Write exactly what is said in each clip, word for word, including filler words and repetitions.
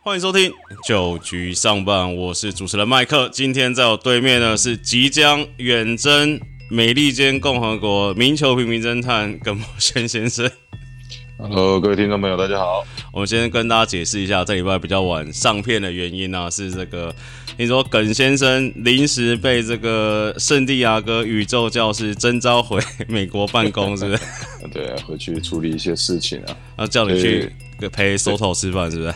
欢迎收听九局上半，我是主持人麦克。今天在我对面呢是即将远征美利坚共和国名球评名侦探耿博轩先生。 Hello， 各位听众朋友，大家好。 我们先跟大家解释一下，这礼拜比较晚上片的原因啊，是这个听说耿先生临时被这个圣地亚哥宇宙教室征召回美国办公，是不是？ 对啊，回去处理一些事情啊。 那叫你去陪 Soto 吃饭，是不是？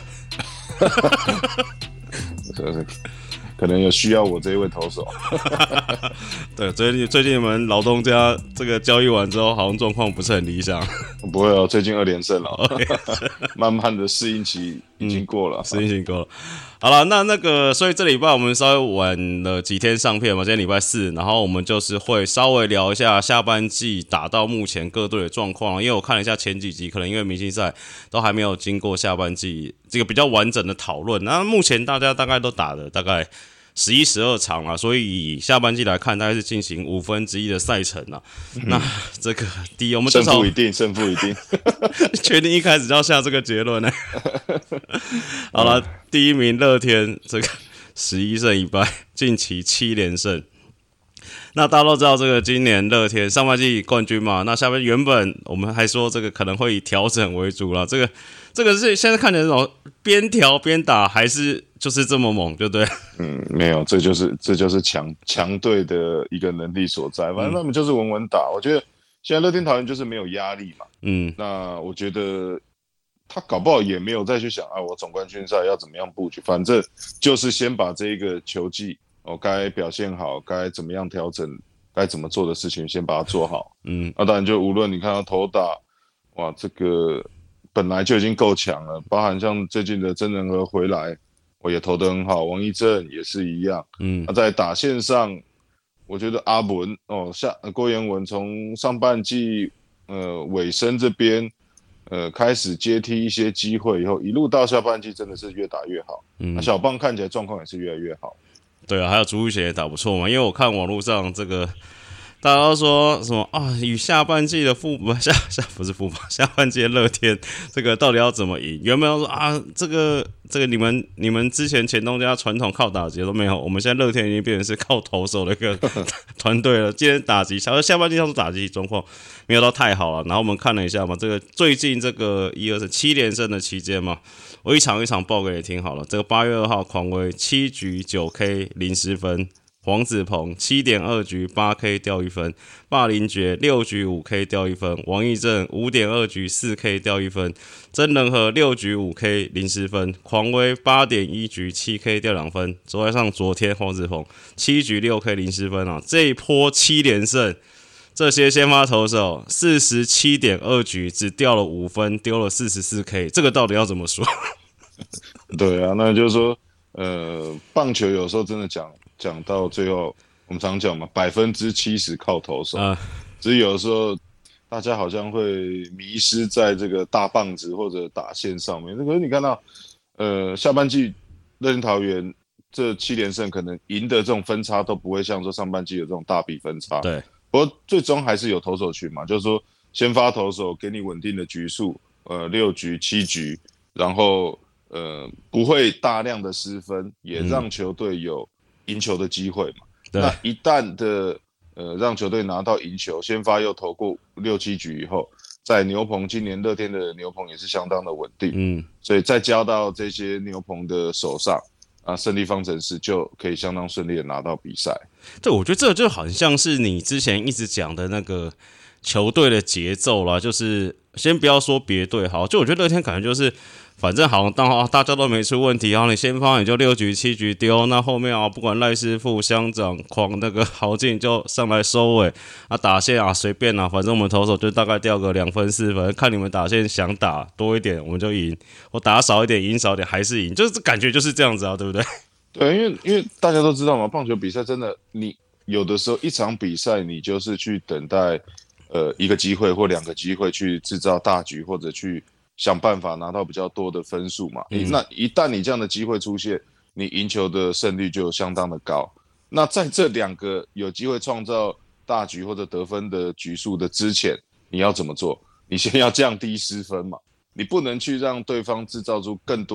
可能有需要我这一位投手。 对，最近最近你们老东家这个交易完之后，好像状况不是很理想。 不会哦，最近二连胜了， okay. 慢慢的适应期已经过了， 适应期过了。好了，那那个，所以这礼拜我们稍微晚了几天上片嘛，今天礼拜四，然后我们就是会稍微聊一下下半季打到目前各队的状况，因为我看了一下前几集，可能因为明星赛都还没有经过下半季这个比较完整的讨论，那目前大家大概都打了大概十一、十二场啊，所以以下半季来看，大概是进行五分之一的赛程啊。嗯、那这个第一，我们胜负一定，胜负一定， 确定一开始就要下这个结论呢？好了，第一名乐天，这个十一胜一败，近期七连胜。那大家都知道，这个今年乐天上半季冠军嘛，那下半季原本我们还说这个可能会以调整为主啦，这个这个是现在看起来这种边调边打，还是就是这么猛，对不对？ 嗯，没有，这就是这就是强强队的一个能力所在。反正他们就是稳稳打。我觉得现在乐天桃园就是没有压力嘛。嗯，那我觉得他搞不好也没有再去想啊，我总冠军赛要怎么样布局，反正就是先把这个球季哦该表现好，该怎么样调整，该怎么做的事情先把它做好。嗯，那当然就无论你看到投打，哇，这个本来就已经够强了，包含像最近的曾仁和回来。我也投得很好，王一正也是一样。嗯，那在打线上，我觉得阿文哦，下郭彦文从上半季呃尾声这边呃开始接替一些机会以后，一路到下半季真的是越打越好。嗯，那小棒看起来状况也是越来越好。 对啊，还有朱玉贤也打不错嘛，因为我看网络上这个。大家都说什么啊？与下半季的富不下下不是富邦，下半季的乐天，这个到底要怎么赢？原本要说啊，这个这个你们你们之前前东家传统靠打击都没有，我们现在乐天已经变成是靠投手的一个团队了。今天打击，下下半季要说打击状况没有到太好了。然后我们看了一下嘛，这个最近这个一二三七连胜的期间嘛，我一场一场报给你听好了。这个八月二号狂威七局九 K 零失分。黄子鹏 七点二 局 八 K 掉一分，霸凌爵六局 五 K 掉一分，王义正 五点二 局 四 K 掉一分，曾仁和六局 五 K 零失分，狂威 八点一 局 七 K 掉两分，昨天上昨天黄子鹏七局 六 K 零失分啊，这一波七连胜，这些先发投手 四十七点二 局只掉了五分，丢了 四十四 K， 这个到底要怎么说？ 对啊，那就是说呃，棒球有时候真的讲讲到最后，我们常讲嘛，百分之七十靠投手。啊，只是有时候大家好像会迷失在这个大棒子或者打线上面。可是你看到，呃，下半季乐天桃园这七连胜，可能赢的这种分差都不会像说上半季有这种大比分差。 对， 不过最终还是有投手群嘛，就是说先发投手给你稳定的局数，呃，六局、七局，然后呃不会大量的失分，也让球队有赢球的机会嘛。那一旦的呃让球队拿到赢球，先发又投过六七局以后，在牛棚今年乐天的牛棚也是相当的稳定，嗯，所以再交到这些牛棚的手上啊，胜利方程式就可以相当顺利的拿到比赛。 对，我觉得这就好像是你之前一直讲的那个球队的节奏啦，就是先不要说别队好，就我觉得乐天感觉就是。反正好像当好大家都没出问题，然后你先发你就六局七局丢，那后面啊不管赖师傅、乡长、狂那个豪进就上来收尾啊，打线啊随便啊，反正我们投手就大概掉个两分四分，看你们打线想打多一点我们就赢，我打少一点赢少一点还是赢，就是感觉就是这样子啊，对不对？ 对，因为因为大家都知道嘛，棒球比赛真的你有的时候一场比赛你就是去等待呃一个机会或两个机会去制造大局或者去。想办法拿到比较多的分数嘛、嗯，那一旦你这样的机会出现，你赢球的胜率就相当的高。那在这两个有机会创造大局或者得分的局数的之前，你要怎么做？你先要降低失分嘛，你不能去让对方制造出更多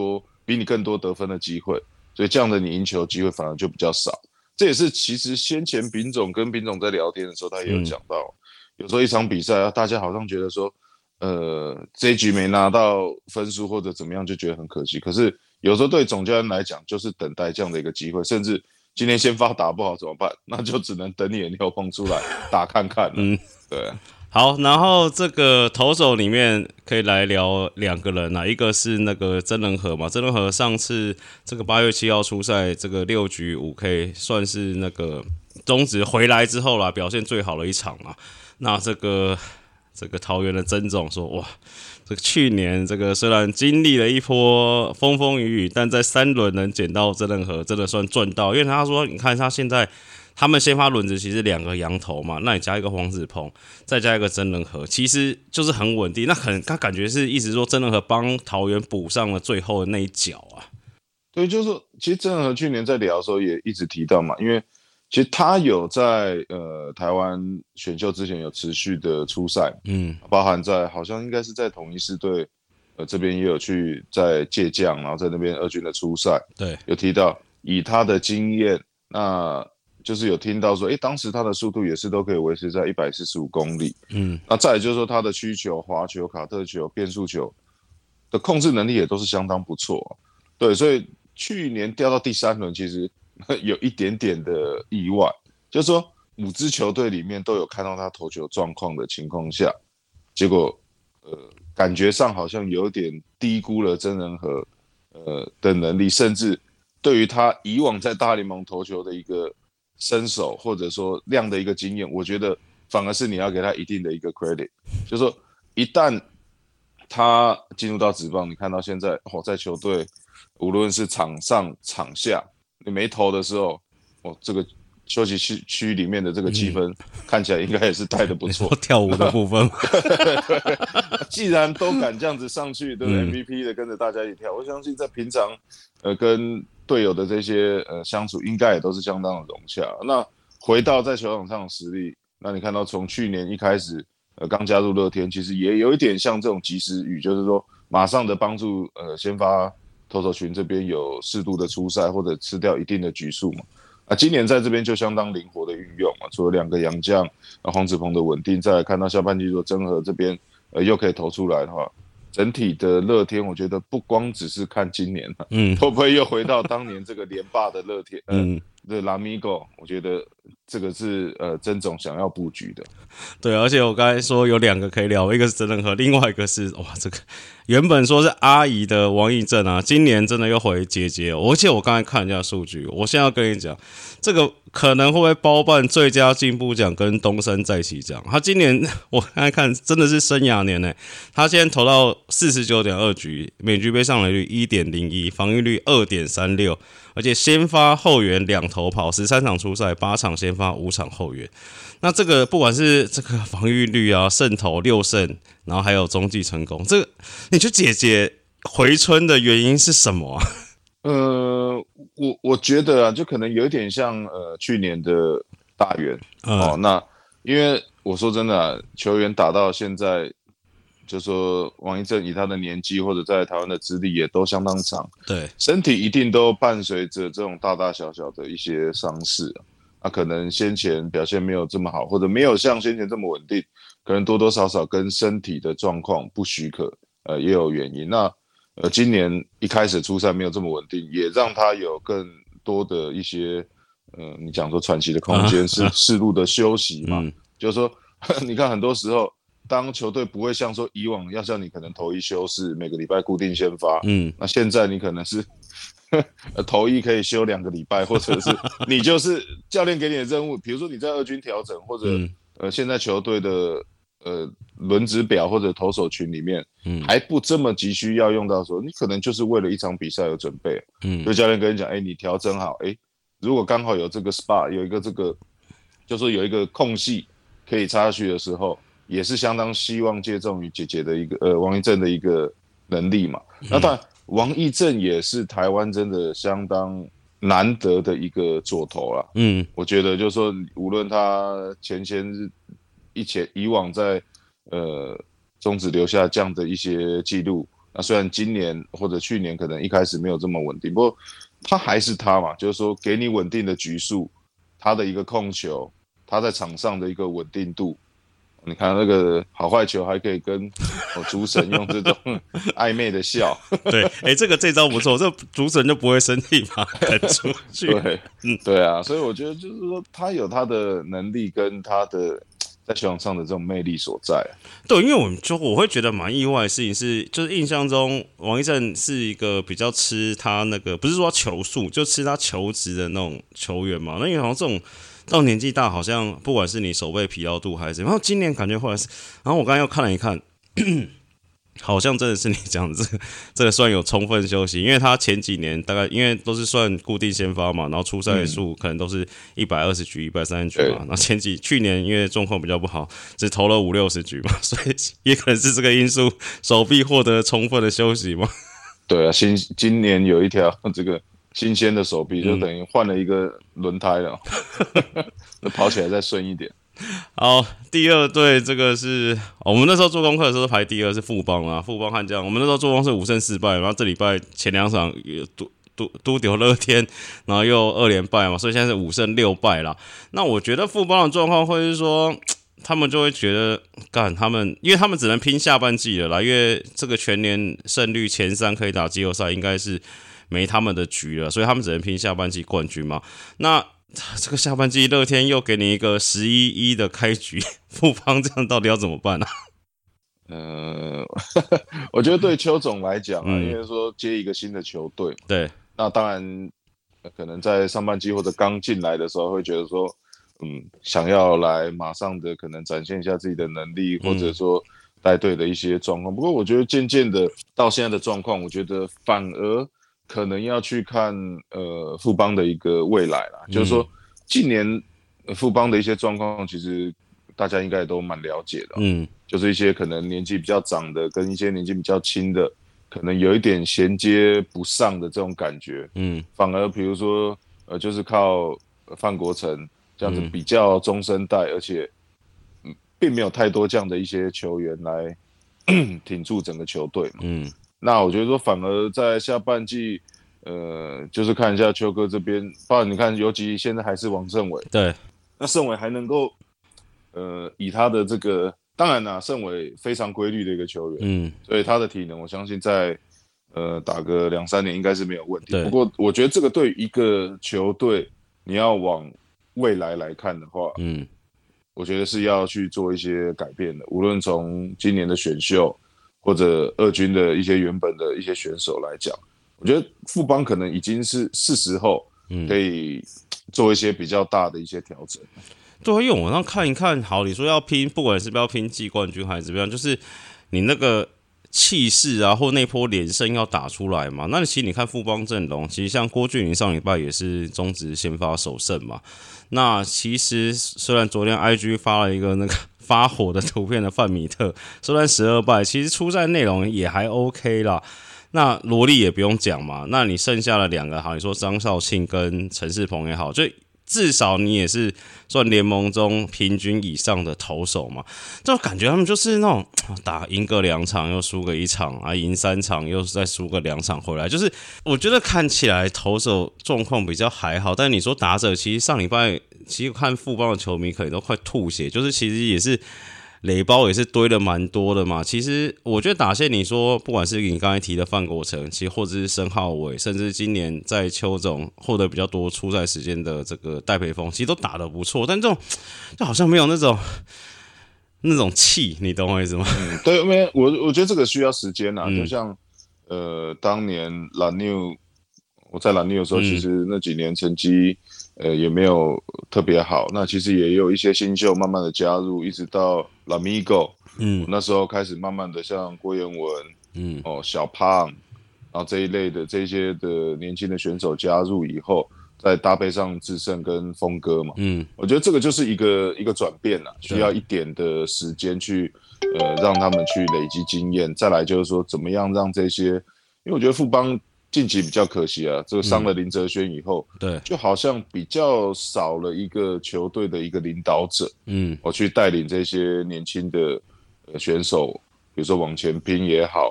比你更多得分的机会，所以这样的你赢球机会反而就比较少。这也是其实先前丙总跟丙总在聊天的时候，他也有讲到，嗯、有时候一场比赛啊，大家好像觉得说，呃，这一局没拿到分数或者怎么样，就觉得很可惜。可是有时候对总教练来讲，就是等待这样的一个机会，甚至今天先发打不好怎么办？那就只能等你的牛棚出来打看看了。嗯，对。 好，然后这个投手里面可以来聊两个人啊，一个是那个曾仁和嘛，曾仁和上次这个八月七号出赛，这个六局五 K 算是那个中职回来之后啦，表现最好的一场嘛。那这个这个桃园的曾总说，哇，这个去年这个虽然经历了一波风风雨雨，但在三轮能捡到曾仁和，真的算赚到，因为他说，你看他现在。他们先发轮子其实两个洋头嘛，那你加一个黄子鹏，再加一个曾仁和，其实就是很稳定。那很他感觉是意思说曾仁和帮桃园补上了最后的那一脚啊。 对，就是说其实曾仁和去年在聊的时候也一直提到嘛，因为其实他有在呃台湾选秀之前有持续的出赛，嗯，包含在好像应该是在统一狮队呃这边也有去在借将，然后在那边二军的出赛， 对， 有提到以他的经验，那。就是有听到说，哎，当时他的速度也是都可以维持在一百四十五公里，嗯，那再来就是说他的曲球、滑球、卡特球、变速球的控制能力也都是相当不错，对，所以去年掉到第三轮，其实有一点点的意外，就是说五支球队里面都有看到他投球状况的情况下，结果呃感觉上好像有点低估了曾仁和呃的能力，甚至对于他以往在大联盟投球的一个身手或者说量的一个经验，我觉得反而是你要给他一定的一个 credit， 就是说一旦他进入到职棒，你看到现在哦，在球队无论是场上场下，你没投的时候，哦，这个休息区区里面的这个气氛、嗯、看起来应该也是带的不错。 跳舞的部分对，既然都敢这样子上去，对不对、嗯、？M V P 的跟着大家一起跳，我相信在平常呃跟队友的这些呃相处，应该也都是相当的融洽。那回到在球场上的实力，那你看到从去年一开始，呃，刚加入乐天，其实也有一点像这种及时雨，就是说马上的帮助呃先发投手群这边有适度的出赛或者吃掉一定的局数嘛。啊，今年在这边就相当灵活的运用嘛，除了两个洋将，啊黄子鹏的稳定，再来看到下半季做曾和这边呃又可以投出来的话。整体的乐天，我觉得不光只是看今年了，嗯，会不会又回到当年这个连霸的乐天，嗯，的拉米狗？我觉得这个是呃曾总想要布局的。 对，而且我刚才说有两个可以聊，一个是曾仁和，另外一个是哇，这个原本说是阿姨的王溢正啊，今年真的又回姐姐了。而且我刚才看人家数据，我现在要跟你讲，这个可能会不会包办最佳进步奖跟东山再起奖？他今年我刚才看真的是生涯年呢、欸，他现在投到 四十九点二 局，每局被上垒率 一点零一， 防御率 二点三六， 而且先发后援两投跑，十三场出赛，八场先发，五场后援。那这个不管是这个防御率啊，胜投六胜，然后还有中继成功，这个你觉得姐姐回春的原因是什么啊？ 呃，我我觉得啊，就可能有一点像呃去年的大元、嗯、哦。那因为我说真的、啊，球员打到现在，就说王溢正以他的年纪或者在台湾的资历也都相当长， 对， 身体一定都伴随着这种大大小小的一些伤势啊。那可能先前表现没有这么好，或者没有像先前这么稳定，可能多多少少跟身体的状况不许可，呃，也有原因。那呃，今年一开始出赛没有这么稳定，也让他有更多的一些，呃，你讲说喘息的空间，是适度的休息嘛？嗯、就是说，你看很多时候，当球队不会像说以往要像你可能投一休四，每个礼拜固定先发，嗯，那现在你可能是。头一可以休两个礼拜，或者是你就是教练给你的任务，比如说你在二军调整，或者、嗯、呃现在球队的呃轮值表或者投手群里面，嗯，还不这么急需要用到说，你可能就是为了一场比赛有准备，嗯，所以教练跟你讲，哎、欸，你调整好，哎、欸，如果刚好有这个 S P A 有一个这个，就说有一个空隙可以插下去的时候，也是相当希望借重于姐姐的一个呃王溢正的一个能力嘛，嗯、那当然。王溢正也是台湾真的相当难得的一个左投啦，嗯，我觉得就是说，无论他前前以前以往在呃中职留下这样的一些记录， 那虽然今年或者去年可能一开始没有这么稳定，不过他还是他嘛，就是说给你稳定的局数，他的一个控球，他在场上的一个稳定度。你看那个好坏球还可以跟、哦、主审用这种暧昧的笑， 对，哎、欸，这个这招不错，这主审就不会生气嘛，赶出去。 对，嗯，对啊，所以我觉得就是说他有他的能力跟他的在球场上的这种魅力所在。 对，因为我就我会觉得蛮意外的事情是，就是印象中王一正是一个比较吃他那个，不是说球速，就吃他球质的那种球员嘛。那因为好像这种。到年纪大，好像不管是你手背疲劳度还是怎么样，然后今年感觉后来是，然后我刚刚又看了一看，好像真的是你讲的这个，这个算有充分休息，因为他前几年大概因为都是算固定先发嘛，然后出赛数可能都是一百二十局、一百三十局嘛，然后前几去年因为状况比较不好，只投了五六十局嘛，所以也可能是这个因素，手臂获得充分的休息嘛。 对啊，新今年有一条这个。新鲜的手臂就等于换了一个轮胎了，嗯、跑起来再顺一点。 好，第二队这个是、哦、我们那时候做功课的时候排第二是富邦啊，富邦悍将。我们那时候做功课是五胜四败，然后这礼拜前两场都都都丢乐天，然后又二连败嘛，所以现在是五胜六败啦。那我觉得富邦的状况会是说。他们就会觉得，干他们，因为他们只能拼下半季了啦，因为这个全年胜率前三可以打季后赛，应该是没他们的局了，所以他们只能拼下半季冠军嘛。那这个下半季乐天又给你一个十一一的开局，富邦这样到底要怎么办啊？ 呃，我觉得对邱总来讲啊，嗯、因为说接一个新的球队， 对， 那当然可能在上半季或者刚进来的时候会觉得说。嗯，想要来马上的可能展现一下自己的能力，或者说带队的一些状况。不过我觉得渐渐的到现在的状况，我觉得反而可能要去看呃富邦的一个未来啦。嗯、就是说近年富邦的一些状况，其实大家应该都蛮了解的。嗯，就是一些可能年纪比较长的跟一些年纪比较轻的，可能有一点衔接不上的这种感觉。嗯，反而比如说呃就是靠范国成。这样子比较中生代，而且、嗯、并没有太多这样的一些球员来挺住整个球队嘛。嗯，那我觉得说反而在下半季，呃，就是看一下邱哥这边，包括你看，尤其现在还是王胜伟， 对， 那胜伟还能够，呃，以他的这个，当然啦，胜伟非常规律的一个球员，嗯，所以他的体能，我相信在呃打个两三年应该是没有问题。不过我觉得这个对一个球队，你要往未来来看的话，嗯，我觉得是要去做一些改变的。无论从今年的选秀，或者二军的一些原本的一些选手来讲，我觉得富邦可能已经是是时候可以做一些比较大的一些调整。嗯、 对，因为我让看一看，好，你说要拼，不管是不要拼季冠军还是怎么样，就是你那个。气势啊，或那波连胜要打出来嘛？那其实你看富邦阵容，其实像郭俊麟上礼拜也是中职先发首胜嘛。那其实虽然昨天 I G 发了一个那个发火的图片的范米特，虽然十二败，其实出赛内容也还 OK 啦。那罗力也不用讲嘛，那你剩下的两个好，你说张绍庆跟陈世鹏也好，就至少你也是算联盟中平均以上的投手嘛，就感觉他们就是那种打赢个两场又输个一场啊，赢三场又再输个两场回来，就是我觉得看起来投手状况比较还好，但你说打者，其实上礼拜其实看富邦的球迷可能都快吐血，就是其实也是。垒包也是堆了蛮多的嘛，其实我觉得打线你说不管是你刚才提的范国成，其实或者是申浩伟，甚至今年在邱总获得比较多出赛时间的这个戴培峰，其实都打得不错，但这种就好像没有那种那种气，你懂我意思吗？ 嗯，对，因为我我觉得这个需要时间啊，嗯、就像呃当年蓝牛，我在蓝牛的时候，其实那几年成绩呃也没有特别好，那其实也有一些新秀慢慢的加入，一直到Lamigo， 嗯，那时候开始慢慢的像郭彦文，嗯，哦小胖，然后这一类的这些的年轻的选手加入以后，再搭配上智胜跟峰哥嘛，嗯，我觉得这个就是一个一个转变啦，需要一点的时间去呃让他们去累积经验，再来就是说怎么样让这些，因为我觉得富邦近期比较可惜啊，这个伤了林哲轩以后，嗯、对，就好像比较少了一个球队的一个领导者，嗯，我去带领这些年轻的选手，比如说往前拼也好，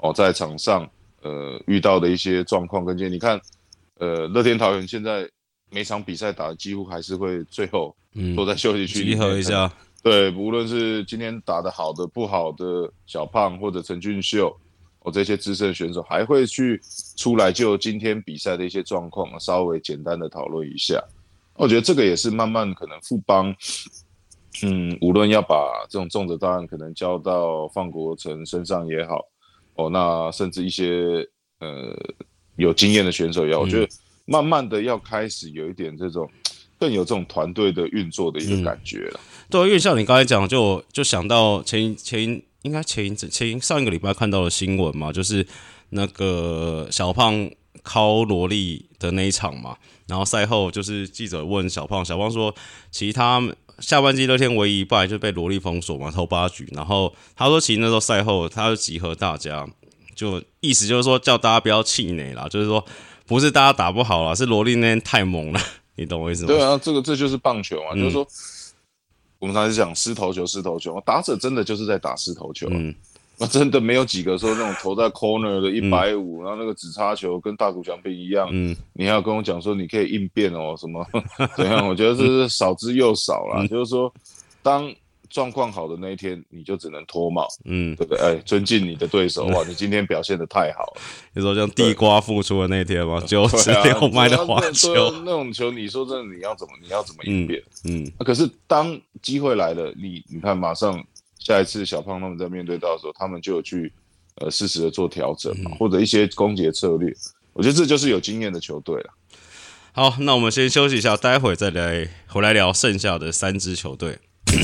哦，在场上呃遇到的一些状况跟建议，你看呃乐天桃园现在每场比赛打的几乎还是会最后都在休息区里面集合一下。 对，无论是今天打得好的、不好的小胖或者陈俊秀，哦，这些资深选手还会去出来就今天比赛的一些状况，稍微简单的讨论一下。我觉得这个也是慢慢可能富邦，嗯，无论要把这种重责大任可能交到范国成身上也好，哦，那甚至一些呃有经验的选手也好，我觉得慢慢的要开始有一点这种更有这种团队的运作的一个感觉了。 嗯、对，因为像你刚才讲，就就想到前前应该前前上一个礼拜看到的新闻嘛，就是那个小胖敲罗莉的那一场嘛。然后赛后就是记者问小胖，小胖说，其实他下半季乐天唯一一败就被罗莉封锁嘛，投八局。然后他说，其实那时候赛后他就集合大家，就意思就是说叫大家不要气馁啦，就是说不是大家打不好啦，是罗莉那天太猛了，你懂我意思吗？ 对啊，这个这就是棒球嘛，嗯、就是说我们常常讲狮头球，狮头球，打者真的就是在打狮头球、啊。嗯，那真的没有几个说那种投在 corner 的一百五十，然后那个直插球跟大谷翔平一样，嗯，你还要跟我讲说你可以应变哦，什么怎样？我觉得这是少之又少啦。嗯、就是说，当状况好的那一天，你就只能脱帽，嗯，对不对？哎，尊敬你的对手，哇，你今天表现得太好了。 你说像地瓜复出的那天吗？九十六迈的滑球， 那种球，你说真的，你要怎么，你要怎么应变？嗯，嗯啊、可是当机会来了，你你看，马上。下一次小胖他们在面对到的时候，他们就有去呃适时的做调整嘛，嗯、或者一些攻击策略。我觉得这就是有经验的球队了。 好，那我们先休息一下，待会再来回来聊剩下的三支球队。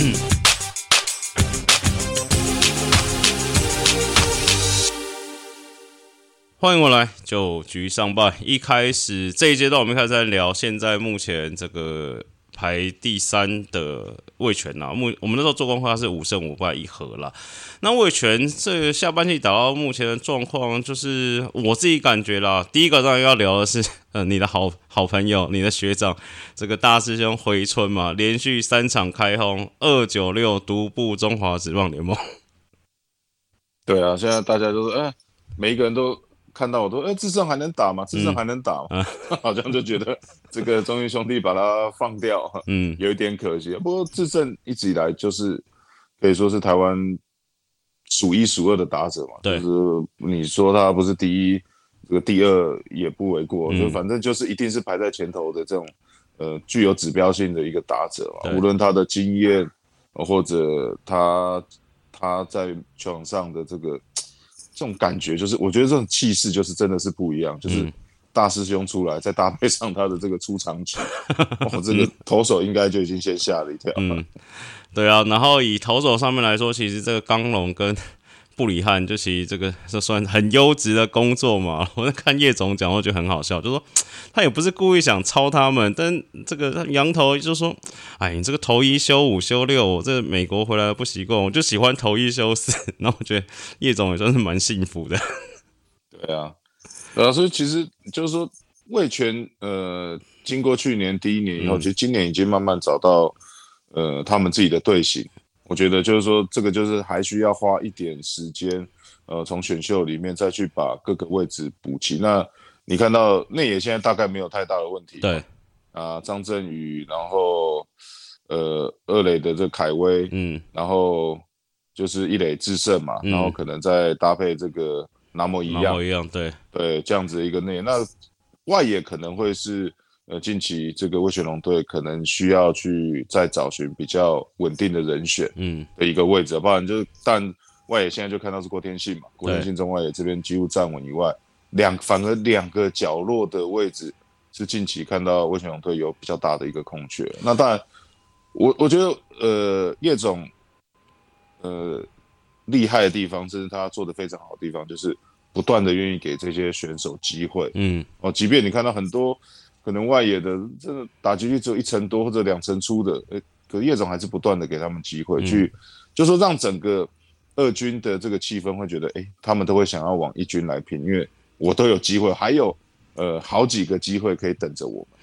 欢迎回来，九局上半。一开始这一阶段，我们开始在聊现在目前这个。排第三的味全呐、啊，目我们那时候做功课是五胜五败一和啦。那味全这个下半季打到目前的状况，就是我自己感觉啦。第一个当然要聊的是，呃，你的好好朋友，你的学长，这个大师兄回春嘛，连续三场开轰，二九六独步中华职棒联盟。 对啊，现在大家都说，哎、欸，每一个人都。看到我都，哎、欸，智胜还能打吗？智胜还能打吗？嗯啊、好像就觉得这个中英兄弟把他放掉，嗯，有一点可惜。不过智胜一直以来就是可以说是台湾数一数二的打者嘛， 对， 就是你说他不是第一，这个第二也不为过，就、嗯、反正就是一定是排在前头的这种呃具有指标性的一个打者嘛，无论他的经验或者他他在球场上的这个。这种感觉就是，我觉得这种气势就是真的是不一样，就是大师兄出来，再搭配上他的这个出场曲，哦，这个投手应该就已经先吓了一跳。 嗯，对啊，然后以投手上面来说，其实这个刚龙跟布里汉就其实这个这算很优质的工作嘛。我在看叶总讲，我觉得很好笑，就说他也不是故意想抄他们，但这个羊头就说：“哎，你这个投一休五休六，我这美国回来不习惯，我就喜欢投一休四。”然后我觉得叶总也算是蛮幸福的。 对啊，呃，所以其实就是说，味全呃，经过去年第一年以后，嗯、其实今年已经慢慢找到呃他们自己的队形。我觉得就是说，这个就是还需要花一点时间，呃，从选秀里面再去把各个位置补齐。那你看到内野现在大概没有太大的问题， 对啊，张振宇，然后呃二垒的这凯威，嗯，然后就是一垒智胜嘛，嗯、然后可能再搭配这个拿摩一样， 拿摩一样，对对，这样子的一个内野。那外野可能会是。呃，近期这个味全龙队可能需要去再找寻比较稳定的人选，嗯，的一个位置，不然就是，但外野现在就看到是郭天信嘛，郭天信中外野这边几乎站稳以外，两反而两个角落的位置是近期看到味全龙队有比较大的一个空缺。那当然，我我觉得呃叶总呃厉害的地方，甚至他做得非常好的地方，就是不断的愿意给这些选手机会，嗯，哦，即便你看到很多。可能外野的真的打击率只有一成多或者两成出的，欸、可叶总还是不断的给他们机会、嗯、去，就说让整个二军的这个气氛会觉得，哎、欸，他们都会想要往一军来拼，因为我都有机会，还有呃好几个机会可以等着我们。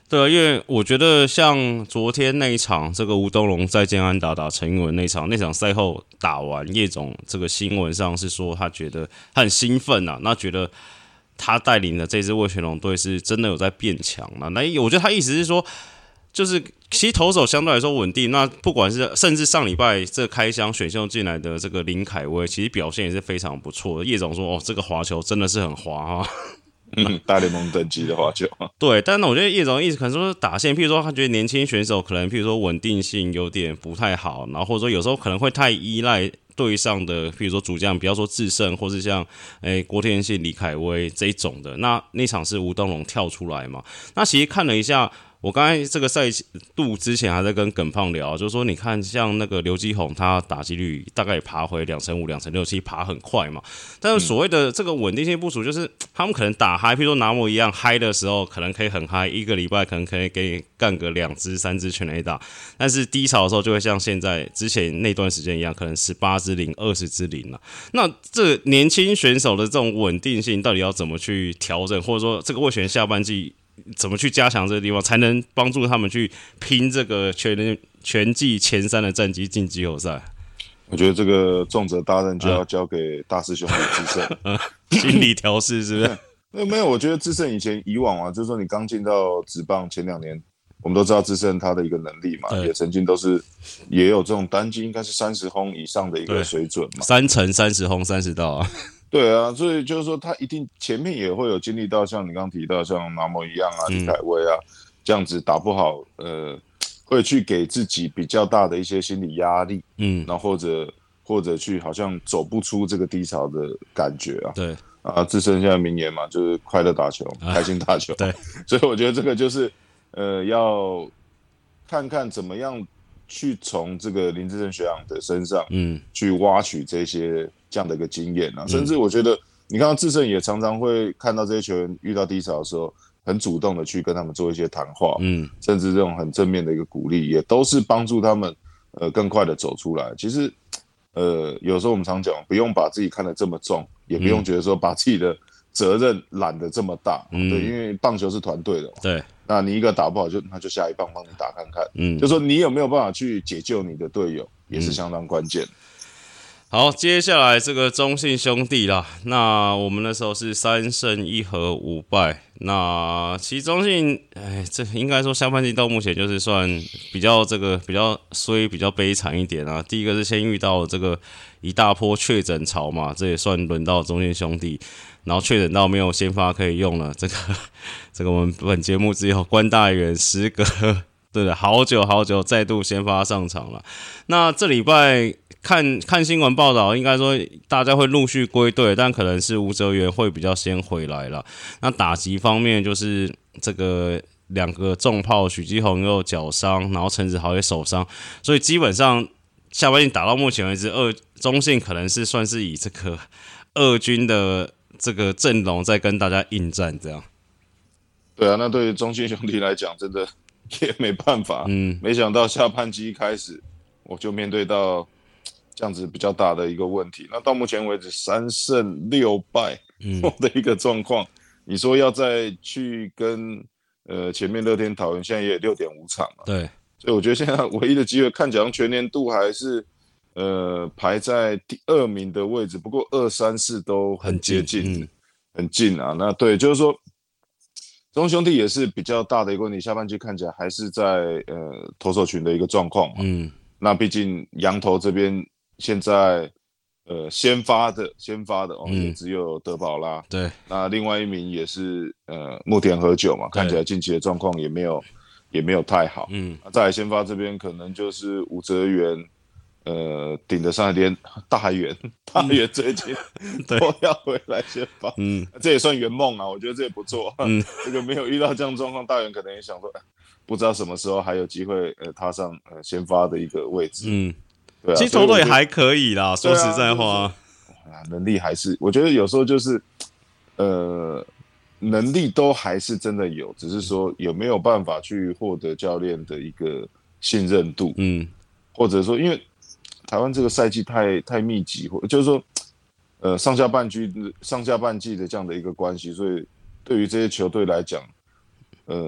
对啊，因为我觉得像昨天那一场，这个吴东龙在建安打打陈英文那场，那场赛后打完，叶总这个新闻上是说他觉得他很兴奋啊，那觉得他带领的这支味全龙队是真的有在变强了。那我觉得他意思是说，就是其实投手相对来说稳定，那不管是甚至上礼拜这开箱选秀进来的这个林凯威，其实表现也是非常不错的。叶总说，哦，这个滑球真的是很滑哈。 嗯，大联盟等级的滑球。 对，但是我觉得叶总意思可能说打线，譬如说他觉得年轻选手可能譬如说稳定性有点不太好，然后或者说有时候可能会太依赖队上的，譬如说主将，不要说智胜，或是像诶郭天信、李凯威这一种的。那那场是吴东龙跳出来嘛？那其实看了一下。我刚才这个赛度之前还在跟耿胖聊，就是说你看像那个刘基宏，他打击率大概也爬回两成五、两成六，其实爬很快嘛。但是所谓的这个稳定性不足，就是他们可能打嗨，譬如说拿莫一样嗨的时候，可能可以很嗨，一个礼拜可能可以给你干个两支、三支全垒打。但是低潮的时候就会像现在之前那段时间一样，可能十八支零、二十支零了。那这年轻选手的这种稳定性到底要怎么去调整，或者说这个味全下半季？怎么去加强这个地方，才能帮助他们去拼这个全全季前三的战绩进季后赛？ 我觉得这个重责大任就要交给大师兄弟智胜， 嗯，心理调试是不是？ 那没有，我觉得智胜以前以往啊，就是说你刚进到职棒前两年，我们都知道智胜他的一个能力嘛，也曾经都是也有这种单季应该是三十轰以上的一个水准嘛， 三成三十轰三十道啊。 对啊，所以就是说他一定前面也会有经历到像你刚刚提到像拿莫一样啊、李凯威啊这样子打不好，呃，会去给自己比较大的一些心理压力，嗯，然后或者或者去好像走不出这个低潮的感觉啊。 对啊，自身现在名言嘛，就是快乐打球、开心打球。 对， 所以我觉得这个就是呃，要看看怎么样去从这个林智胜学长的身上，嗯，去挖取这些。这样的一个经验啊，甚至我觉得，你看到智胜也常常会看到这些球员遇到低潮的时候，很主动的去跟他们做一些谈话，嗯，甚至这种很正面的一个鼓励，也都是帮助他们呃更快的走出来。其实，呃，有时候我们常讲，不用把自己看得这么重，也不用觉得说把自己的责任揽得这么大，嗯，对，因为棒球是团队的， 对， 那你一个打不好就那就下一棒帮你打看看，嗯，就说你有没有办法去解救你的队友，也是相当关键。 好，接下来这个中信兄弟啦，那我们那时候是三胜一和五败。那其实中信，哎，这应该说下半季到目前就是算比较这个比较衰、比较悲惨一点啊。第一个是先遇到这个一大波确诊潮嘛，这也算轮到中信兄弟，然后确诊到没有先发可以用了。这个这个我们本节目只有关大元时隔对的好久好久再度先发上场了。那这礼拜。看看新闻报道，应该说大家会陆续归队，但可能是吴哲源会比较先回来了。那打击方面就是这个两个重炮，许基宏又脚伤，然后陈子豪也手伤，所以基本上下半季打到目前为止，二中信可能是算是以这个二军的这个阵容在跟大家应战这样。 对啊，那对于中信兄弟来讲，真的也没办法。嗯，没想到下半季一开始我就面对到。这样子比较大的一个问题，那到目前为止三胜六败的一个状况，嗯，你说要再去跟呃前面乐天桃园，现在也有六点五场了， 对， 所以我觉得现在唯一的机会，看起来全年度还是呃排在第二名的位置，不过二三四都很接近，很近，嗯，很近啊。那对，就是说中兄弟也是比较大的一个问题，下半季看起来还是在呃投手群的一个状况嘛，嗯，那毕竟洋投这边。现在，呃，先发的先发的哦，嗯，也只有德保拉。 对， 那另外一名也是呃牧田和久嘛，看起来近期的状况也没有也没有太好。嗯，那再来先发这边可能就是吴哲源，呃，顶得上一点大元，大元最近都要回来先发。嗯，这也算圆梦啊，我觉得这也不错。嗯，这个没有遇到这样状况，大元可能也想说，不知道什么时候还有机会呃踏上呃先发的一个位置。嗯。 啊，其实投的也还可以啦，说实在话， 啊就是、能力还是我觉得有时候就是，呃，能力都还是真的有，只是说有没有办法去获得教练的一个信任度，嗯，或者说因为台湾这个赛季太太密集，或就是说，呃，上下半季上下半季的这样的一个关系，所以对于这些球队来讲，呃。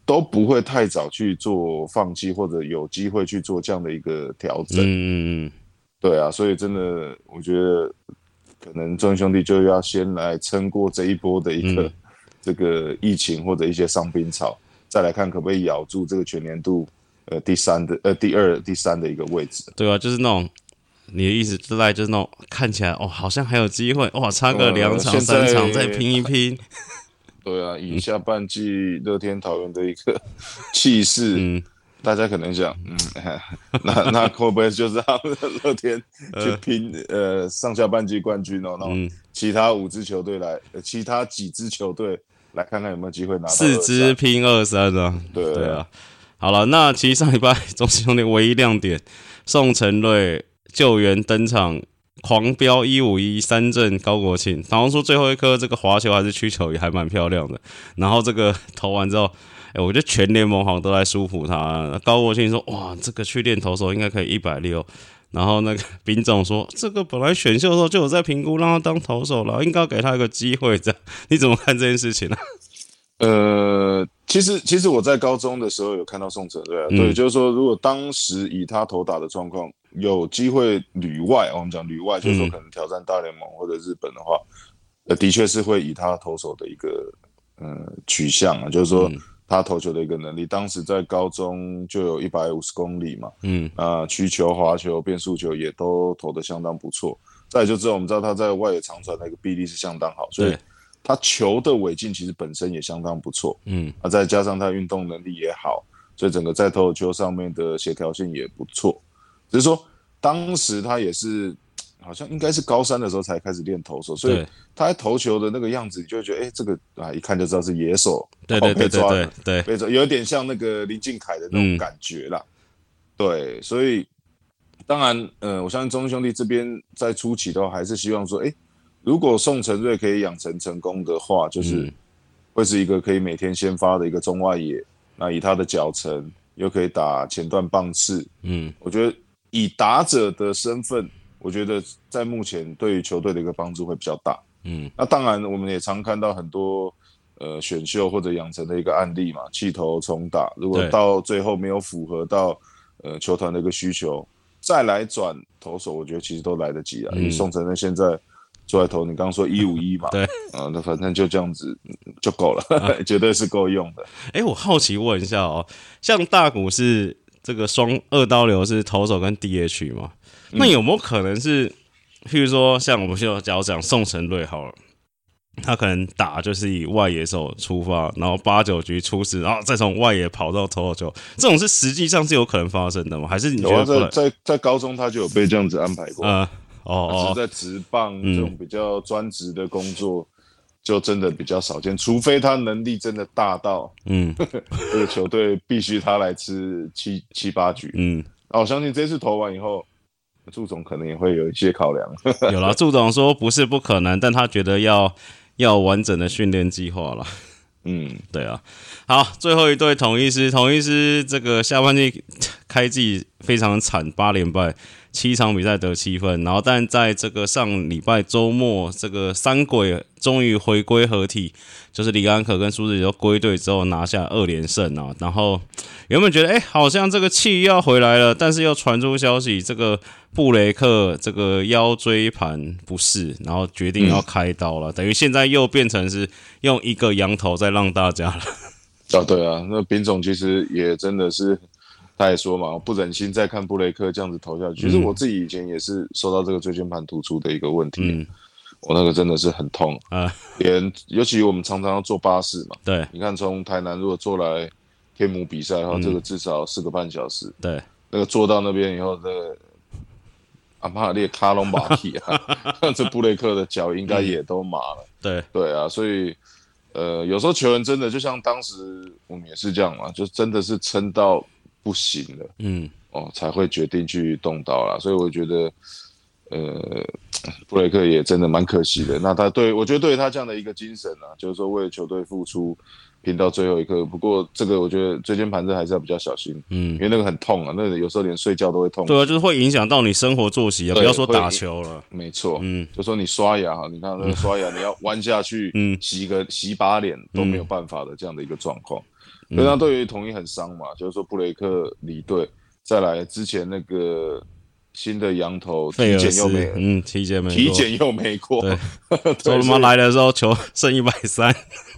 都不会太早去做放弃，或者有机会去做这样的一个调整。 嗯嗯嗯， 对啊，所以真的我觉得可能中信兄弟就要先来撑过这一波的一个、嗯、这个疫情或者一些伤兵潮，再来看可不可以咬住这个全年度呃第三的呃第二第三的一个位置。 对啊，就是那种你的意思之类，就是那种看起来哦好像还有机会，哇差个两场、呃、三场再拼一拼。 对啊，以下半季乐天桃园的一个气势，嗯，大家可能想，嗯，那那会不会就是让乐天去拼呃上下半季冠军哦？然后其他五支球队来，呃，其他几支球队来看看有没有机会拿到四支拼二三啊？ 对对啊。好了，那其实上礼拜中信兄弟唯一亮点，宋承瑞救援登场。狂飙一五一三振高国庆，好像说最后一颗这个滑球还是曲球也还蛮漂亮的。然后这个投完之后，哎，我觉得全联盟好像都在舒服他。高国庆说：“哇，这个去练投手应该可以一百六。”然后那个丙总说：“这个本来选秀的时候就有在评估让他当投手了，应该要给他一个机会。”这样你怎么看这件事情呢、啊？ 呃，其实其实我在高中的时候有看到宋承瑞、啊嗯，对，就是说如果当时以他投打的状况。有机会旅外，我们讲旅外，就是说可能挑战大联盟或者日本的话，呃，的确是会以他投手的一个呃取向啊，就是说他投球的一个能力。当时在高中就有一百五十公里嘛，嗯，啊、呃，曲球、滑球、变速球也都投得相当不错。再来就知道我们知道他在外野长传的一个臂力是相当好，所以他球的尾劲其实本身也相当不错，嗯，啊，再加上他运动能力也好，所以整个在投球上面的协调性也不错。只是说，当时他也是好像应该是高三的时候才开始练投手，所以他在投球的那个样子，你就会觉得，哎、欸，这个啊，一看就知道是野手， 对对对对对对， 被抓，有点像那个林敬凯的那种感觉啦。嗯、对，所以当然，呃，我相信中信兄弟这边在初期的话，还是希望说，哎、欸，如果宋承瑞可以养成成功的话，就是会是一个可以每天先发的一个中外野，那以他的脚程又可以打前段棒次，嗯，我觉得。以打者的身份，我觉得在目前对于球队的一个帮助会比较大。嗯，那当然我们也常看到很多呃选秀或者养成的一个案例嘛，弃投重打，如果到最后没有符合到呃球团的一个需求，再来转投手，我觉得其实都来得及啊。嗯、因为宋承瑞现在出来投，你刚刚说一五一嘛， 对， 啊，那反正就这样子就够了，啊、绝对是够用的。 哎，我好奇问一下哦，像大谷是。这个双二刀流是投手跟 D H 嘛？那有没有可能是，譬如说像我们现在假如讲宋承瑞好了，他可能打就是以外野手出发，然后八九局出师，然后再从外野跑到投手球，这种是实际上是有可能发生的吗？还是你觉得有、啊、在在在高中他就有被这样子安排过？ 呃，哦哦，只是在职棒这种比较专职的工作。嗯就真的比较少见，除非他能力真的大到，嗯，这个球队必须他来吃七七八局，嗯，啊，我相信这次投完以后，祝总可能也会有一些考量。 有啦，祝总说不是不可能，但他觉得要要完整的训练计划啦。嗯，对啊。好，最后一队统一狮，统一狮这个下半季开季非常惨，八连败。七场比赛得七分，然后但在这个上礼拜周末，这个三鬼终于回归合体，就是李安可跟苏志杰归队之后拿下二连胜啊。然后原本觉得哎、欸，好像这个气要回来了，但是又传出消息，这个布雷克这个腰椎盘不适，然后决定要开刀了，嗯、等于现在又变成是用一个羊头在让大家了。 啊，对啊，那丙总其实也真的是。他也说嘛，不忍心再看布雷克这样子投下去。其实我自己以前也是受到这个椎间盘突出的一个问题，嗯、我那个真的是很痛啊。连尤其我们常常要坐巴士嘛， 对， 你看从台南如果坐来天母比赛的话，嗯、这个至少四个半小时， 对， 那个坐到那边以后，这个阿帕列卡隆马体啊，这布雷克的脚应该也都麻了， 嗯、对对啊，所以呃，有时候球员真的就像当时我们也是这样嘛，就真的是撑到。不行了，嗯，哦，才会决定去动刀啦。所以我觉得，呃，布雷克也真的蛮可惜的。那他对我觉得对于他这样的一个精神啊，就是说为了球队付出， 拼到最后一刻。不过这个我觉得椎间盘这还是要比较小心，嗯，因为那个很痛啊，那个有时候连睡觉都会痛。 对啊，就是会影响到你生活作息啊，不要说打球了。 没错，嗯，就说你刷牙，你看那个刷牙，你要弯下去，嗯，洗个洗把脸都没有办法的这样的一个状况。所以他对于统一很伤嘛，就是说布雷克离队，再来之前那个新的洋头体检又没， 嗯，体检没， 体检又没过， 对，说他妈来的时候球剩一百三，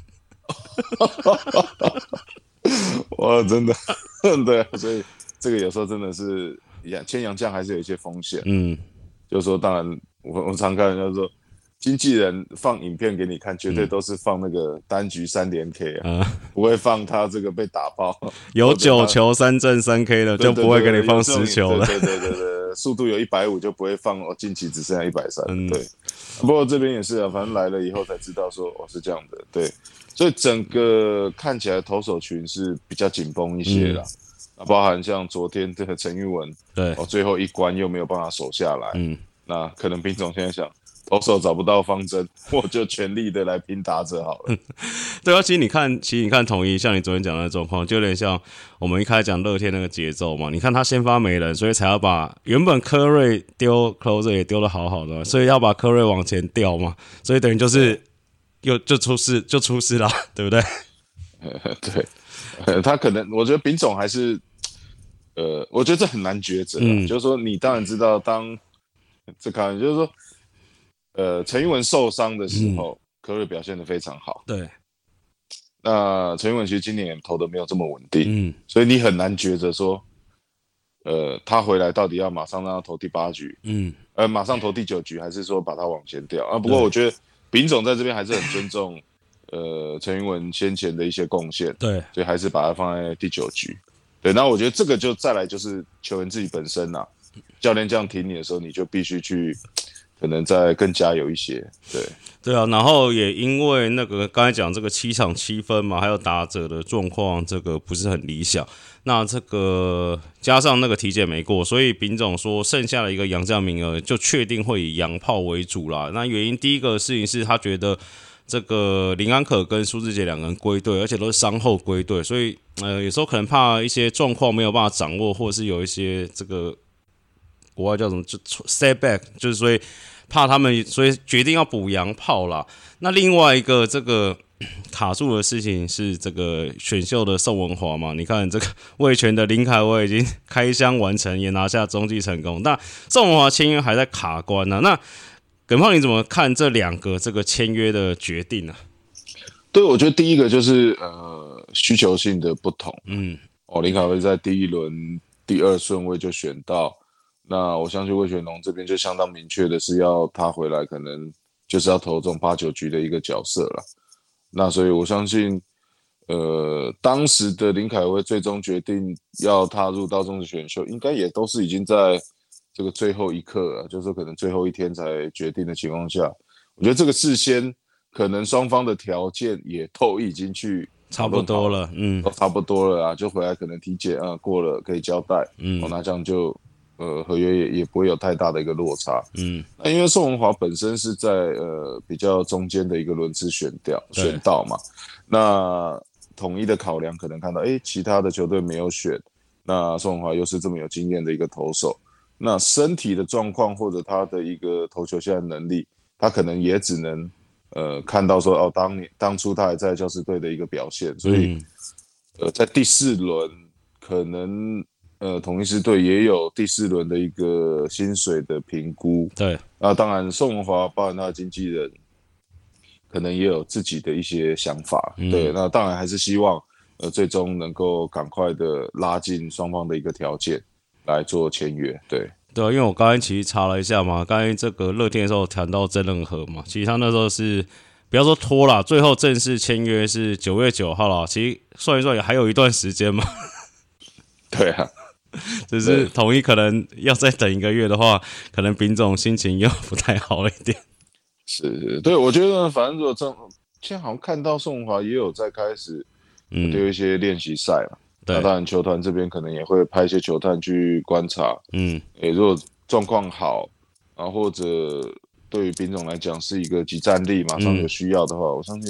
哇，真的，对，所以这个有时候真的是签洋将还是有一些风险，嗯，就是说，当然我我常看就是说。经纪人放影片给你看，绝对都是放那个单局三连 K 啊，嗯、不会放他这个被打爆， 有九球三振三 K 的就不会给你放十球了。 对对对对对，速度有一百五就不会放哦，近期只剩下一百三。对，不过这边也是啊，反正来了以后才知道说哦是这样的，对，所以整个看起来投手群是比较紧绷一些啦。嗯、包含像昨天这个陈玉文， 对， 哦最后一关又没有办法守下来，嗯，那可能兵总现在想。投手找不到方针，我就全力的来拼打者好了。 对啊，其实你看，其实你看统一，像你昨天讲的状况，就有点像我们一开始讲乐天那个节奏嘛。你看他先发没人，所以才要把原本柯瑞丢 closer 也丢得好好的，所以要把柯瑞往前调嘛。所以等于就是又就出事，就出事了，对不对？ 对、呃，他可能我觉得丙总还是，呃，我觉得这很难抉择、啊嗯，就是说你当然知道当这看就是说。呃，陈玉文受伤的时候，柯、嗯、瑞表现得非常好。 对， 那陈玉文其实今年也投的没有这么稳定，嗯，所以你很难抉择说，呃，他回来到底要马上让他投第八局，嗯，呃，马上投第九局，还是说把他往前调啊？不过我觉得丙总在这边还是很尊重，呃，陈玉文先前的一些贡献， 对， 所以还是把他放在第九局。对，那我觉得这个就再来就是球员自己本身啊，教练这样挺你的时候，你就必须去。可能再更加有一些，对对啊，然后也因为那个刚才讲这个七场七分嘛，还有打者的状况，这个不是很理想。那这个加上那个体检没过，所以丙总说剩下的一个洋将名额就确定会以洋炮为主啦。那原因第一个事情是他觉得这个林安可跟苏智杰两个人归队，而且都是伤后归队，所以呃有时候可能怕一些状况没有办法掌握，或者是有一些这个国外叫什么就 setback， 就是所以。怕他们，所以决定要补洋炮啦。那另外一个这个卡住的事情是这个选秀的宋文华嘛？你看这个味全的林凯威已经开箱完成，也拿下中继成功。那宋文华签约还在卡关呢、啊。那耿胖你怎么看这两个这个签约的决定呢、啊？ 对，我觉得第一个就是呃需求性的不同。嗯，哦，林凯威在第一轮第二顺位就选到。那我相信魏全龙这边就相当明确的是要他回来，可能就是要投这种八九局的一个角色了。那所以我相信，呃，当时的林凯威最终决定要踏入到中职选秀，应该也都是已经在这个最后一刻，就是可能最后一天才决定的情况下，我觉得这个事先可能双方的条件也都已经去差不多了，嗯， 都差不多了啊，就回来可能体检啊过了可以交代，嗯，哦、那这样就。呃，合约也也不会有太大的一个落差，嗯，那因为宋文华本身是在呃比较中间的一个轮次选掉选到嘛，那统一的考量可能看到，哎，其他的球队没有选，那宋文华又是这么有经验的一个投手，那身体的状况或者他的一个投球下的能力，他可能也只能呃看到说哦，当年当初他还在教士队的一个表现，所以、嗯、呃在第四轮可能。呃，统一狮队也有第四轮的一个薪水的评估， 对， 那当然宋文华包含他的经纪人，可能也有自己的一些想法，嗯、对，那当然还是希望呃最终能够赶快的拉近双方的一个条件来做签约，对。 对，因为我刚才其实查了一下嘛，刚才这个乐天的时候谈到曾仁和嘛，其实他那时候是不要说拖啦，最后正式签约是九月九号啦，其实算一算也还有一段时间嘛。 对啊。 只是统一可能要再等一个月的话，可能丙总心情又不太好一点。 是，对，我觉得反正如果这现在好像看到宋文华也有在开始丢一些练习赛嘛，嗯、那当然球团这边可能也会派一些球探去观察，嗯，诶，如果状况好，然后或者对于丙总来讲是一个即战力，马上有需要的话，嗯、我相信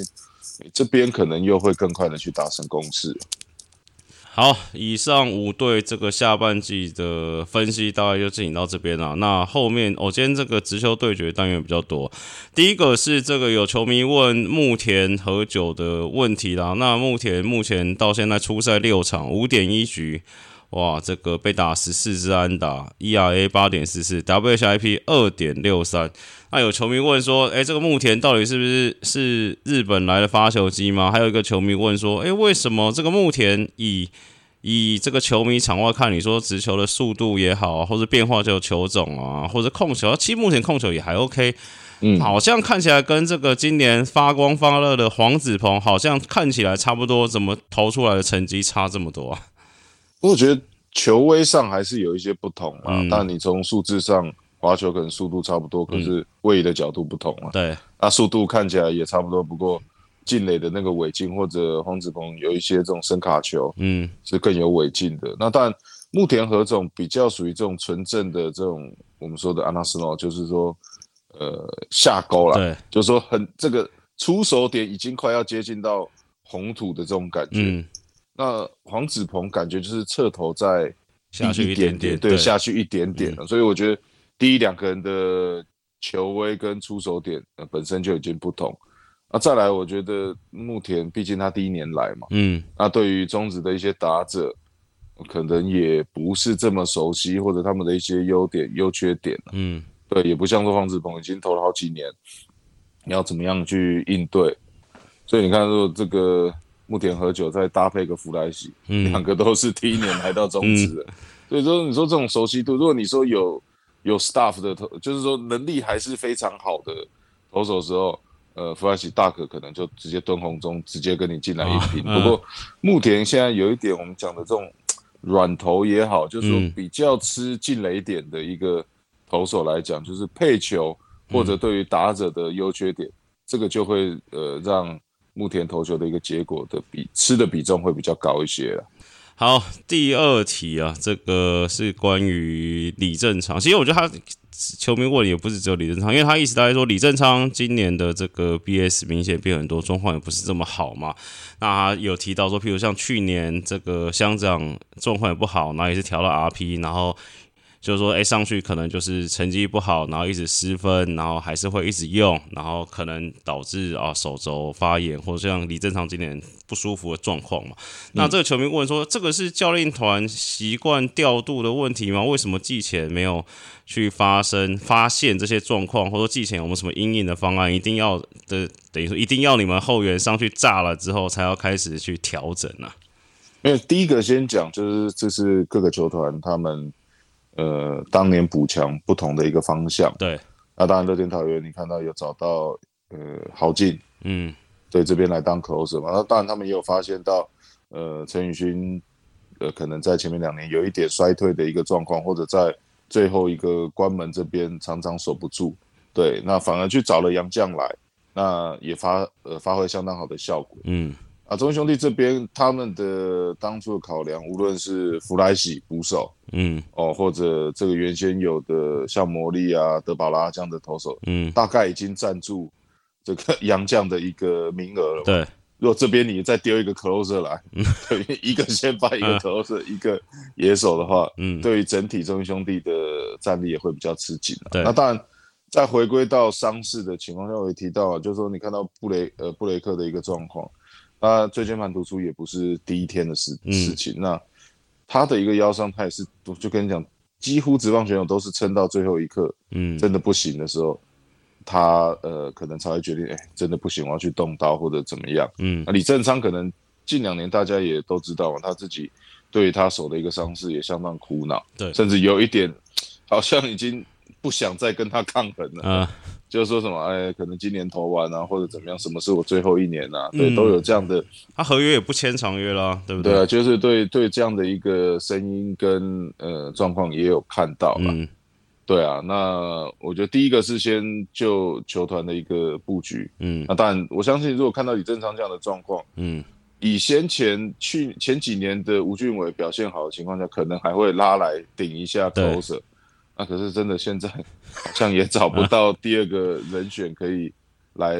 这边可能又会更快的去达成共识。 好，以上五队这个下半季的分析大概就进行到这边了。那后面我、哦、今天这个直球对决单元比较多。第一个是这个有球迷问牧田和久的问题啦。那牧田目前到现在出赛六场，五点一局，哇，这个被打十四支安打 ，E R A 八点四四 ，W H I P 二点六三。那有球迷问说，哎，这个牧田到底是不是是日本来的发球机吗？还有一个球迷问说，哎，为什么这个牧田以以这个球迷场外看，你说直球的速度也好啊，或者变化球球种啊，或者控球，其实目前控球也还 OK， 嗯，好像看起来跟这个今年发光发热的黄子鹏好像看起来差不多，怎么投出来的成绩差这么多啊？ 我觉得球威上还是有一些不同啊，嗯、但你从数字上。滑球可能速度差不多，可是位移的角度不同啊。 对， 那速度看起来也差不多，不过进垒的那个尾劲或者黄子鹏有一些这种伸卡球，嗯，是更有尾劲的。那当然，牧田和总比较属于这种纯正的这种我们说的安纳斯诺，就是说呃下钩啦，对，就是说很这个出手点已经快要接近到红土的这种感觉。嗯，那黄子鹏感觉就是侧头在下去一点点， 对，对下去一点点、嗯、所以我觉得。第一两个人的球威跟出手点、呃、本身就已经不同，那、啊、再来我觉得牧田毕竟他第一年来嘛，嗯，那对于中职的一些打者可能也不是这么熟悉，或者他们的一些优点优缺点、啊、嗯，对，也不像说黄子鹏已经投了好几年，你要怎么样去应对，所以你看说这个牧田和久再搭配个弗莱西，嗯，两个都是第一年来到中职的、嗯，所以说你说这种熟悉度，如果你说有有 staff 的投，就是说能力还是非常好的投手的时候，呃，弗莱西大可可能就直接蹲红中，直接跟你进来一拼。哦、不过牧田现在有一点我们讲的这种软投也好，就是说比较吃进垒点的一个投手来讲，就是配球或者对于打者的优缺点，嗯、这个就会呃让牧田投球的一个结果的比吃的比重会比较高一些了。 好，第二题啊，这个是关于李正昌。其实我觉得他球迷问也不是只有李正昌，因为他意思大概说李正昌今年的这个 B S 明显变很多，状况也不是这么好嘛。那他有提到说，譬如像去年这个乡长状况也不好，然后也是调了 R P， 然后就是说，哎，上去可能就是成绩不好，然后一直失分，然后还是会一直用，然后可能导致啊手肘发炎，或者像李正昌今年不舒服的状况嘛。那这个球迷问说，这个是教练团习惯调度的问题吗？为什么季前没有去发生发现这些状况，或者说季前有没有什么因应的方案？一定要的，等于说一定要你们后援上去炸了之后，才要开始去调整啊？ 因为第一个先讲，就是这是各个球团他们。呃，当年补强不同的一个方向， 对， 那当然乐天桃园你看到有找到呃豪进，嗯，对这边来当 closer 嘛，那当然他们也有发现到，呃，陈宇勋，呃，可能在前面两年有一点衰退的一个状况，或者在最后一个关门这边常常守不住，对，那反而去找了杨将来，那也发呃发挥相当好的效果，嗯。啊，中信兄弟这边他们的当初的考量，无论是弗莱西捕手，嗯，哦，或者这个原先有的像魔力啊、德保拉这样的投手，嗯，大概已经占住这个洋将的一个名额了。 对， 如果这边你再丢一个 closer 来，嗯、对，一个先发，一个 closer，、嗯、一个野手的话，嗯，对于整体中信兄弟的战力也会比较吃紧、啊。对，那当然。再回归到伤势的情况下，我也提到啊，就是说你看到布雷呃布雷克的一个状况。他椎间盘突出也不是第一天的事、嗯、事情，那他的一个腰伤，他也是，就跟你讲，几乎职棒选手都是撑到最后一刻，嗯，真的不行的时候，他呃可能才会决定，哎，真的不行，我要去动刀或者怎么样，嗯，那李正昌可能近两年大家也都知道嘛，他自己对于他手的一个伤势也相当苦恼，对，甚至有一点好像已经不想再跟他抗衡了。啊就是说什么，哎，可能今年投完啊，或者怎么样，什么是我最后一年啊？对，嗯、都有这样的。 他合约也不签长约啦，对不对？ 对啊，就是对对这样的一个声音跟呃状况也有看到啦。嗯，对啊，那我觉得第一个是先就球团的一个布局。嗯，那当然，我相信如果看到李正昌这样的状况，嗯，以先前去前几年的吴俊伟表现好的情况下，可能还会拉来顶一下投手。那、啊、可是真的现在好像也找不到第二个人选可以来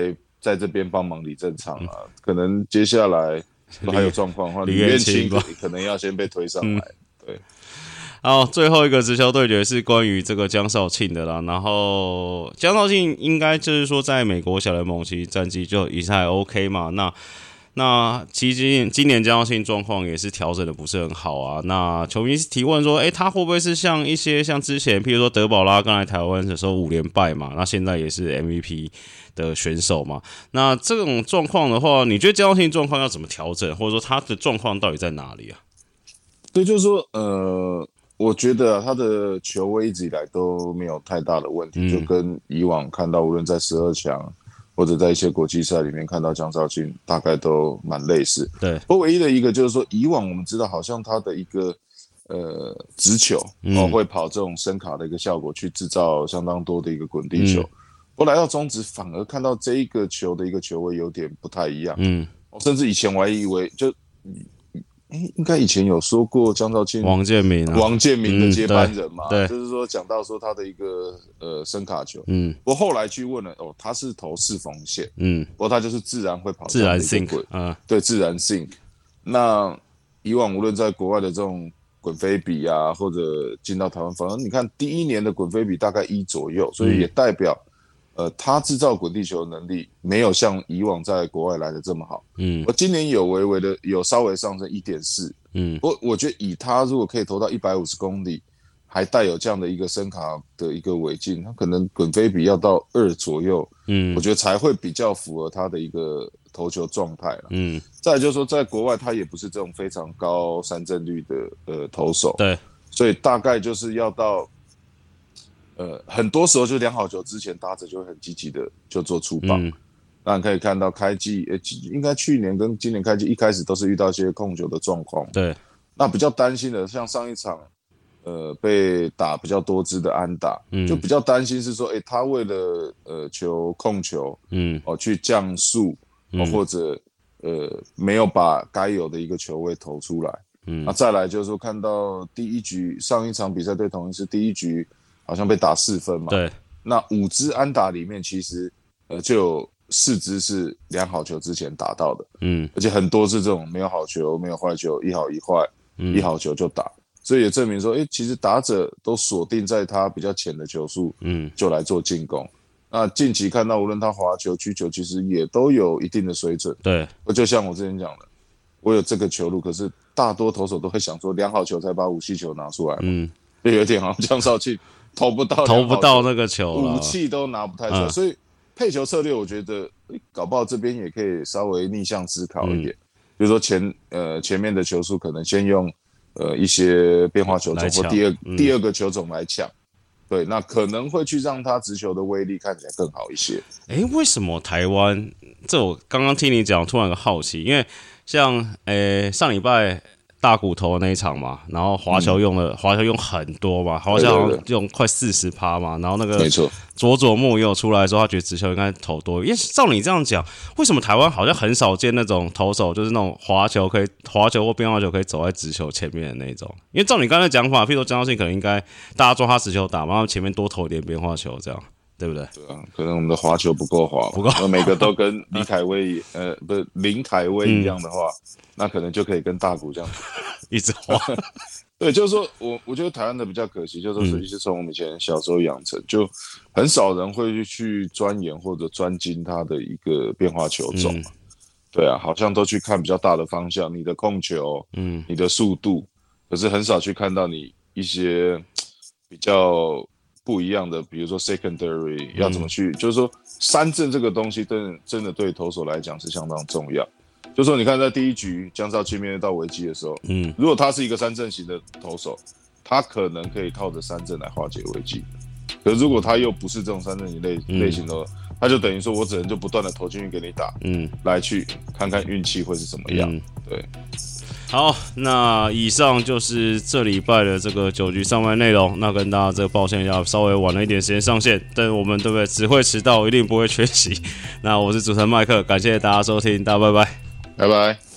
在这边帮忙李正昌啊，嗯、可能接下来都还有状况的话，李彦青可能要先被推上来。嗯、对， 好，最后一个直球对决是关于这个江少庆的啦。然后江少庆应该就是说，在美国小联盟其实战绩就也是还 OK 嘛。那那其实今年江少庆状况也是调整的不是很好啊。那球迷提问说，哎、欸，他会不会是像一些像之前，譬如说德保拉刚来台湾的时候五连败嘛，那现在也是 M V P 的选手嘛？那这种状况的话，你觉得江少庆状况要怎么调整，或者说他的状况到底在哪里啊？ 对，就是说，呃，我觉得、啊、他的球威一直以来都没有太大的问题，嗯、就跟以往看到，无论在十二强。或者在一些国际赛里面看到江少庆，大概都蛮类似。 对， 不过唯一的一个就是说，以往我们知道好像他的一个呃直球、嗯、哦会跑这种伸卡的一个效果，去制造相当多的一个滚地球。不、嗯、来到中职，反而看到这一个球的一个球位有点不太一样。嗯，甚至以前我还以为就。应该以前有说过江少庆王建民、啊、 王建民的接班人嘛、 嗯、对, 对就是说讲到说他的一个呃伸卡球，嗯，不过后来去问了哦，他是投四缝线，嗯，不过他就是自然会跑自然 sink， 嗯， 对，自然 sink。那以往无论在国外的这种滚飞比啊，或者进到台湾，反正你看第一年的滚飞比大概一左右，所以也代表。嗯呃，他制造滚地球的能力没有像以往在国外来的这么好。嗯，我今年有微微的有稍微上升 一点四。嗯，我我觉得以他如果可以投到一百五十公里，还带有这样的一个伸卡的一个尾劲，他可能滚飞比要到二左右。嗯，我觉得才会比较符合他的一个投球状态了。嗯，再来就是说，在国外他也不是这种非常高三振率的呃投手。 对， 所以大概就是要到。呃，很多时候就量好球之前，打者就会很积极的就做出棒。嗯、那你可以看到开季，呃，应该去年跟今年开季一开始都是遇到一些控球的状况。 对， 那比较担心的，像上一场，呃，被打比较多支的安打，嗯、就比较担心是说，哎、欸，他为了呃求控球，嗯，哦去降速，哦、或者呃没有把该有的一个球位投出来。嗯，那再来就是说，看到第一局上一场比赛对统一是第一局。好像被打四分嘛， 对。 那五支安打里面，其实呃就有四支是量好球之前打到的，嗯，而且很多是这种没有好球、没有坏球，一好一坏，嗯、一好球就打，所以也证明说，哎，其实打者都锁定在他比较浅的球数，嗯，就来做进攻。那近期看到，无论他滑球、曲球，其实也都有一定的水准， 对。 就像我之前讲的，我有这个球路，可是大多投手都会想说，量好球才把武器球拿出来，嗯，就有点好像江少庆。投不到， 投不到那个球， 武器都拿不太出来，嗯、所以配球策略，我觉得搞不好这边也可以稍微逆向思考一点，嗯、比如说前呃前面的球数可能先用呃一些变化球种或第二、嗯、第二个球种来抢，对，那可能会去让他直球的威力看起来更好一些。 哎、欸，为什么台湾？这我刚刚听你讲，突然有个好奇，因为像诶、欸、上礼拜。大骨头的那一场嘛，然后滑球用了，滑、嗯、球用很多嘛，滑球好像用快四十趴嘛，然后那个佐佐木也有出来的时候，他觉得直球应该投多，因为照你这样讲，为什么台湾好像很少见那种投手，就是那种滑球可以滑球或变化球可以走在直球前面的那种？因为照你刚才讲法，譬如说江少庆可能应该大家抓他直球打嘛，然后前面多投一点变化球这样。对不对？ 对啊，可能我们的滑球不够滑，不够，每个都跟李凯威呃不是林凯威一样的话，嗯、那可能就可以跟大谷这样一直滑。 对，就是说我我觉得台湾的比较可惜，就是说，其实从我们以前小时候养成，嗯、就很少人会去钻研或者专精他的一个变化球种嘛。嗯、对啊，好像都去看比较大的方向，你的控球，嗯，你的速度，可是很少去看到你一些比较。不一样的，比如说 secondary 要怎么去，嗯、就是说三振这个东西真的真的对投手来讲是相当重要。就是说你看在第一局江少庆面对到危机的时候，嗯，如果他是一个三振型的投手，他可能可以靠着三振来化解危机。可是如果他又不是这种三振型类、嗯、类型的，他就等于说我只能就不断的投进去给你打，嗯，来去看看运气会是怎么样，嗯、对。 好，那以上就是这礼拜的这个九局上半内容。那跟大家这个抱歉一下，稍微晚了一点时间上线，但我们对不对？只会迟到，一定不会缺席。那我是主持人麦克，感谢大家收听，大家拜拜， 拜拜。